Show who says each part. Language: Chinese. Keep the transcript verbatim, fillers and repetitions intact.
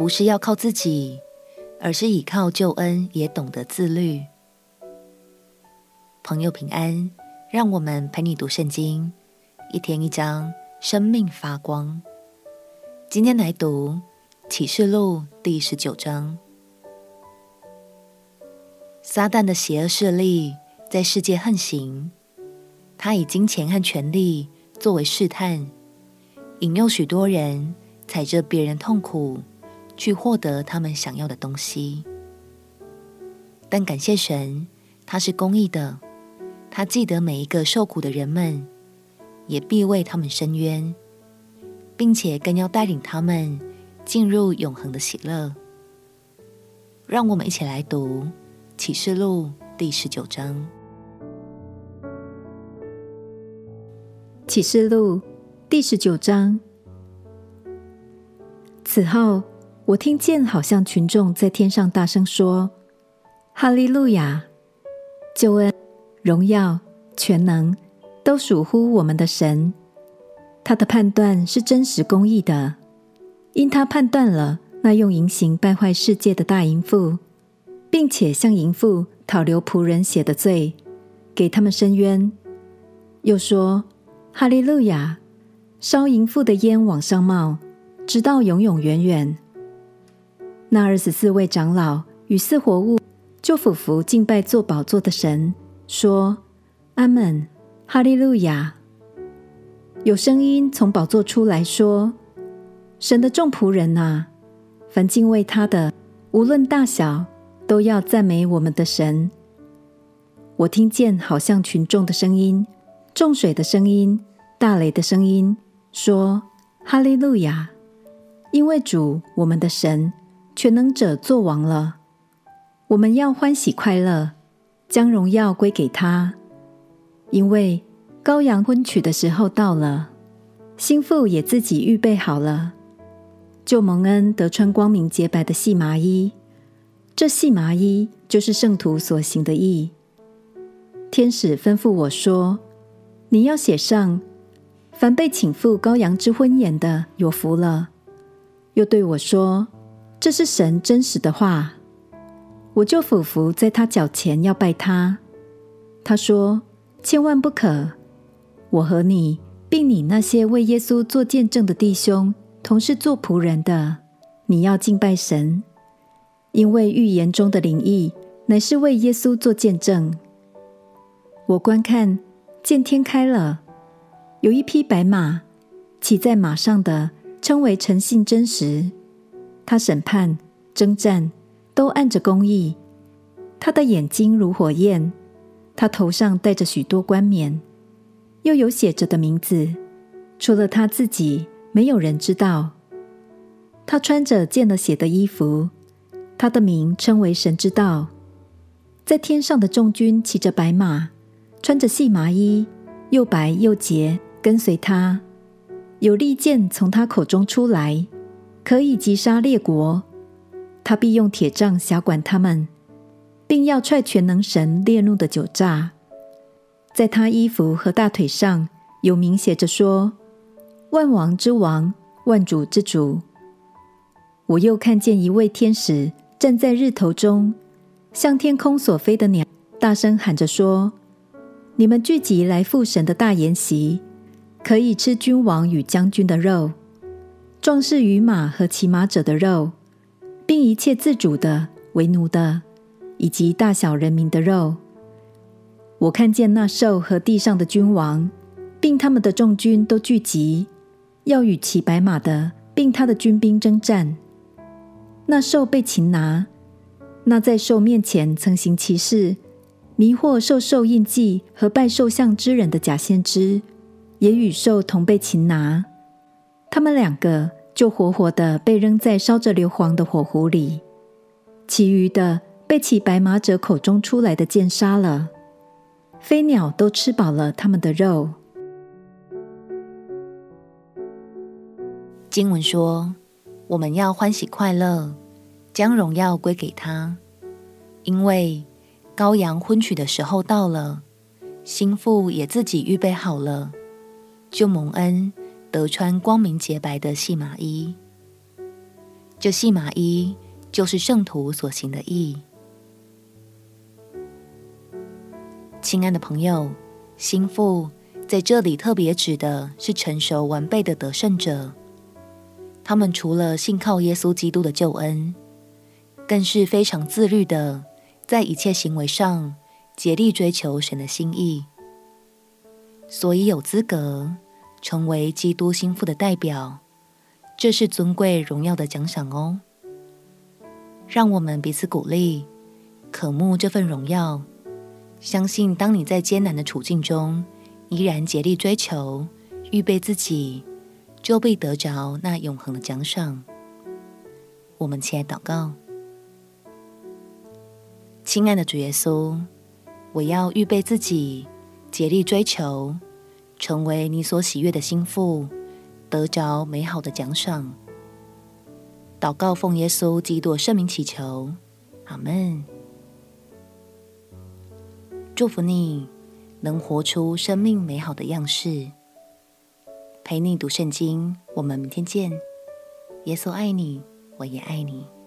Speaker 1: 不是要靠自己，而是倚靠救恩，也懂得自律。朋友平安，让我们陪你读圣经，一天一章，生命发光。今天来读启示录第十九章。撒旦的邪恶势力在世界横行，他以金钱和权力作为试探，引诱许多人踩着别人痛苦去获得他们想要的东西。但感谢神，他是公义的，他记得每一个受苦的人们，也必为他们伸冤，并且更要带领他们进入永恒的喜乐。让我们一起来读启示录第十九章。
Speaker 2: 启示录第十九章。此后，我听见好像群众在天上大声说：哈利路亚！救恩、荣耀、全能都属乎我们的神。他的判断是真实公义的，因他判断了那用淫行败坏世界的大淫妇，并且向淫妇讨流仆人血的罪，给他们伸冤。又说：哈利路亚！烧淫妇的烟往上冒，直到永永远远。那二十四位长老与四活物就俯伏敬拜坐宝座的神，说：阿们，哈利路亚！有声音从宝座出来说：神的众仆人啊，凡敬畏他的，无论大小，都要赞美我们的神。我听见好像群众的声音、众水的声音、大雷的声音，说：哈利路亚！因为主我们的神全能者作王了，我们要欢喜快乐，将荣耀归给他。因为羔羊婚娶的时候到了，新妇也自己预备好了，就蒙恩得穿光明洁白的细麻衣，这细麻衣就是圣徒所行的义。天使吩咐我说：你要写上，凡被请赴羔羊之婚筵的有福了。又对我说：这是神真实的话。我就俯伏在他脚前要拜他。他说：千万不可，我和你并你那些为耶稣做见证的弟兄同是做仆人的，你要敬拜神，因为预言中的灵意乃是为耶稣做见证。我观看，见天开了，有一匹白马，骑在马上的称为诚信真实，他审判、征战都按着公义。他的眼睛如火焰，他头上戴着许多冠冕，又有写着的名字，除了他自己，没有人知道。他穿着见了血的衣服，他的名称为神之道。在天上的众军骑着白马，穿着细麻衣，又白又洁，跟随他。有利剑从他口中出来，可以击杀列国。他必用铁杖辖管他们，并要踹全能神烈怒的酒榨。在他衣服和大腿上有名写着说：万王之王，万主之主。我又看见一位天使站在日头中，向天空所飞的鸟大声喊着说：你们聚集来赴神的大筵席，可以吃君王与将军的肉，壮士与马和骑马者的肉，并一切自主的、为奴的，以及大小人民的肉。我看见那兽和地上的君王，并他们的众军都聚集，要与骑白马的，并他的军兵征战。那兽被擒拿，那在兽面前曾行奇事，迷惑受兽印记和拜兽像之人的假先知，也与兽同被擒拿。他们两个就活活的被扔在烧着硫磺的火湖里，其余的被骑白马者口中出来的箭杀了。飞鸟都吃饱了他们的肉。
Speaker 1: 经文说，我们要欢喜快乐，将荣耀归给他，因为羔羊婚娶的时候到了，新妇也自己预备好了，就蒙恩得穿光明洁白的细麻衣。 这细麻衣就是圣徒所行的义。亲爱的朋友，心腹在这里特别指的是成熟完备的得胜者，他们除了信靠耶稣基督的救恩，更是非常自律的，在一切行为上竭力追求神的心意，所以有资格成为基督心腹的代表，这是尊贵荣耀的奖赏哦。让我们彼此鼓励，渴慕这份荣耀，相信当你在艰难的处境中依然竭力追求，预备自己，就必得着那永恒的奖赏。我们起来祷告。亲爱的主耶稣，我要预备自己，竭力追求，成为你所喜悦的心腹，得着美好的奖赏。祷告奉耶稣基督的圣名祈求，阿们。祝福你能活出生命美好的样式。陪你读圣经，我们明天见。耶稣爱你，我也爱你。